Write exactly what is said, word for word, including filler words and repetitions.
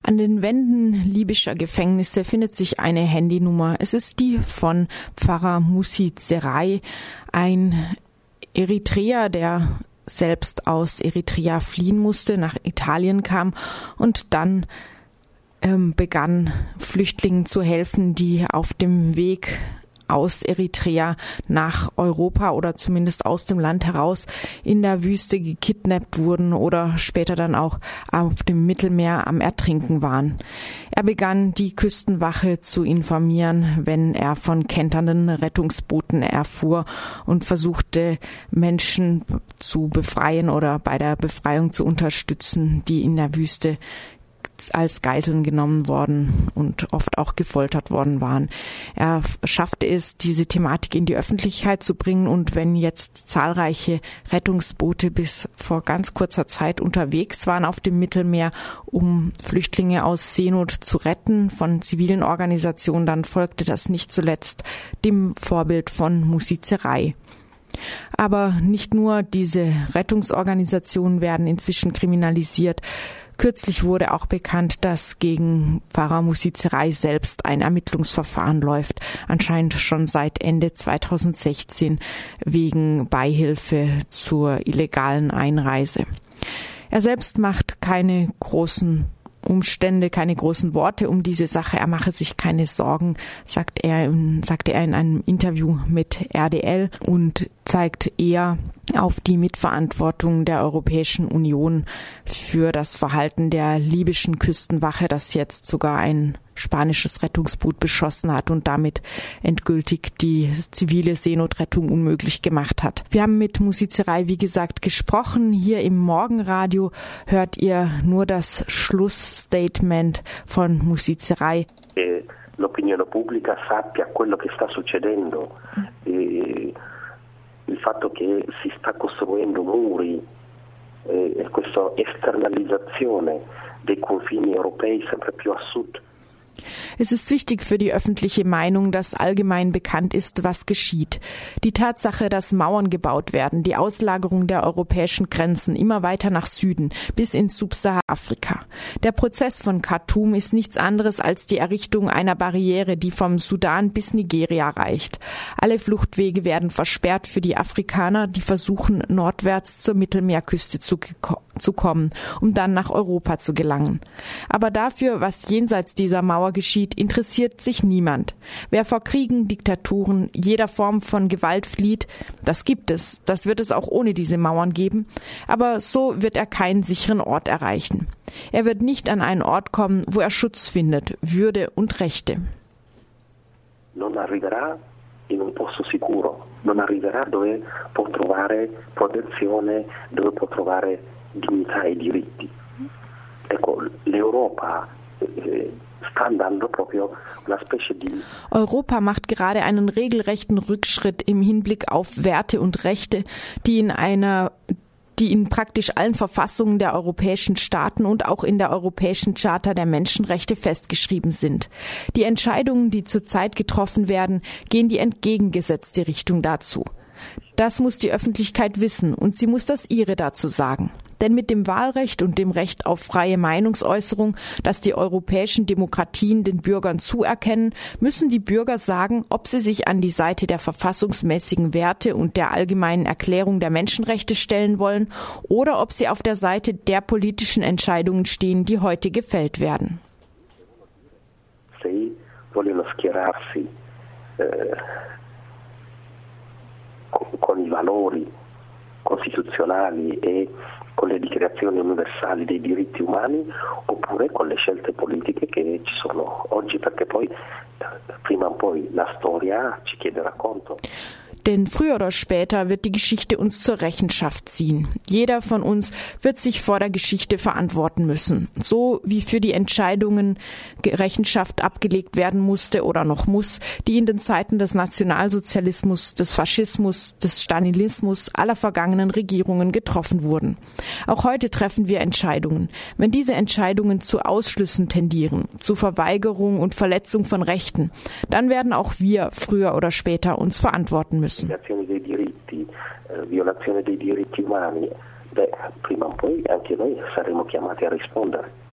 An den Wänden libyscher Gefängnisse findet sich eine Handynummer. Es ist die von Pfarrer Musi Zerai, ein Eritreer, der selbst aus Eritrea fliehen musste, nach Italien kam und dann ähm, begann, Flüchtlingen zu helfen, die auf dem Weg aus Eritrea nach Europa oder zumindest aus dem Land heraus in der Wüste gekidnappt wurden oder später dann auch auf dem Mittelmeer am Ertrinken waren. Er begann, die Küstenwache zu informieren, wenn er von kenternden Rettungsbooten erfuhr und versuchte, Menschen zu befreien oder bei der Befreiung zu unterstützen, die in der Wüste als Geiseln genommen worden und oft auch gefoltert worden waren. Er schaffte es, diese Thematik in die Öffentlichkeit zu bringen, und wenn jetzt zahlreiche Rettungsboote bis vor ganz kurzer Zeit unterwegs waren auf dem Mittelmeer, um Flüchtlinge aus Seenot zu retten von zivilen Organisationen, dann folgte das nicht zuletzt dem Vorbild von Musi Zerai. Aber nicht nur diese Rettungsorganisationen werden inzwischen kriminalisiert. Kürzlich wurde auch bekannt, dass gegen Pfarrer Musi Zerai selbst ein Ermittlungsverfahren läuft, anscheinend schon seit Ende zweitausendsechzehn wegen Beihilfe zur illegalen Einreise. Er selbst macht keine großen Umstände, keine großen Worte um diese Sache. Er mache sich keine Sorgen, sagt er, in, sagte er in einem Interview mit R D L, und zeigt eher auf die Mitverantwortung der Europäischen Union für das Verhalten der libyschen Küstenwache, das jetzt sogar ein spanisches Rettungsboot beschossen hat und damit endgültig die zivile Seenotrettung unmöglich gemacht hat. Wir haben mit Musi Zerai, wie gesagt, gesprochen. Hier im Morgenradio hört ihr nur das Schlussstatement von Musi Zerai. L'opinione pubblica sappia quello che sta succedendo, e il fatto che si sta costruendo muri e questa esternalizzazione dei confini europei sempre più a sud. Es ist wichtig für die öffentliche Meinung, dass allgemein bekannt ist, was geschieht. Die Tatsache, dass Mauern gebaut werden, die Auslagerung der europäischen Grenzen immer weiter nach Süden bis ins Subsahara-Afrika. Der Prozess von Khartoum ist nichts anderes als die Errichtung einer Barriere, die vom Sudan bis Nigeria reicht. Alle Fluchtwege werden versperrt für die Afrikaner, die versuchen, nordwärts zur Mittelmeerküste zu, zu kommen, um dann nach Europa zu gelangen. Aber dafür, was jenseits dieser Mauer geschieht, interessiert sich niemand. Wer vor Kriegen, Diktaturen, jeder Form von Gewalt flieht, das gibt es, das wird es auch ohne diese Mauern geben, aber so wird er keinen sicheren Ort erreichen. Er wird nicht an einen Ort kommen, wo er Schutz findet, Würde und Rechte. Non arriverà in un posto sicuro, non arriverà dove può trovare protezione, dove può trovare dignità e diritti. Ecco, l'Europa eh, Europa macht gerade einen regelrechten Rückschritt im Hinblick auf Werte und Rechte, die in einer die in praktisch allen Verfassungen der europäischen Staaten und auch in der Europäischen Charta der Menschenrechte festgeschrieben sind. Die Entscheidungen, die zurzeit getroffen werden, gehen die entgegengesetzte Richtung dazu. Das muss die Öffentlichkeit wissen, und sie muss das ihre dazu sagen. Denn mit dem Wahlrecht und dem Recht auf freie Meinungsäußerung, das die europäischen Demokratien den Bürgern zuerkennen, müssen die Bürger sagen, ob sie sich an die Seite der verfassungsmäßigen Werte und der allgemeinen Erklärung der Menschenrechte stellen wollen oder ob sie auf der Seite der politischen Entscheidungen stehen, die heute gefällt werden. Se vogliono schierarsi eh, con i valori costituzionali e con le dichiarazioni universali dei diritti umani, oppure con le scelte politiche che ci sono oggi, perché poi prima o poi la storia ci chiederà conto. Denn früher oder später wird die Geschichte uns zur Rechenschaft ziehen. Jeder von uns wird sich vor der Geschichte verantworten müssen. So wie für die Entscheidungen Rechenschaft abgelegt werden musste oder noch muss, die in den Zeiten des Nationalsozialismus, des Faschismus, des Stalinismus aller vergangenen Regierungen getroffen wurden. Auch heute treffen wir Entscheidungen. Wenn diese Entscheidungen zu Ausschlüssen tendieren, zu Verweigerung und Verletzung von Rechten, dann werden auch wir früher oder später uns verantworten müssen. Violazione dei diritti, eh, violazione dei diritti umani, beh, prima o poi anche noi saremo chiamati a rispondere.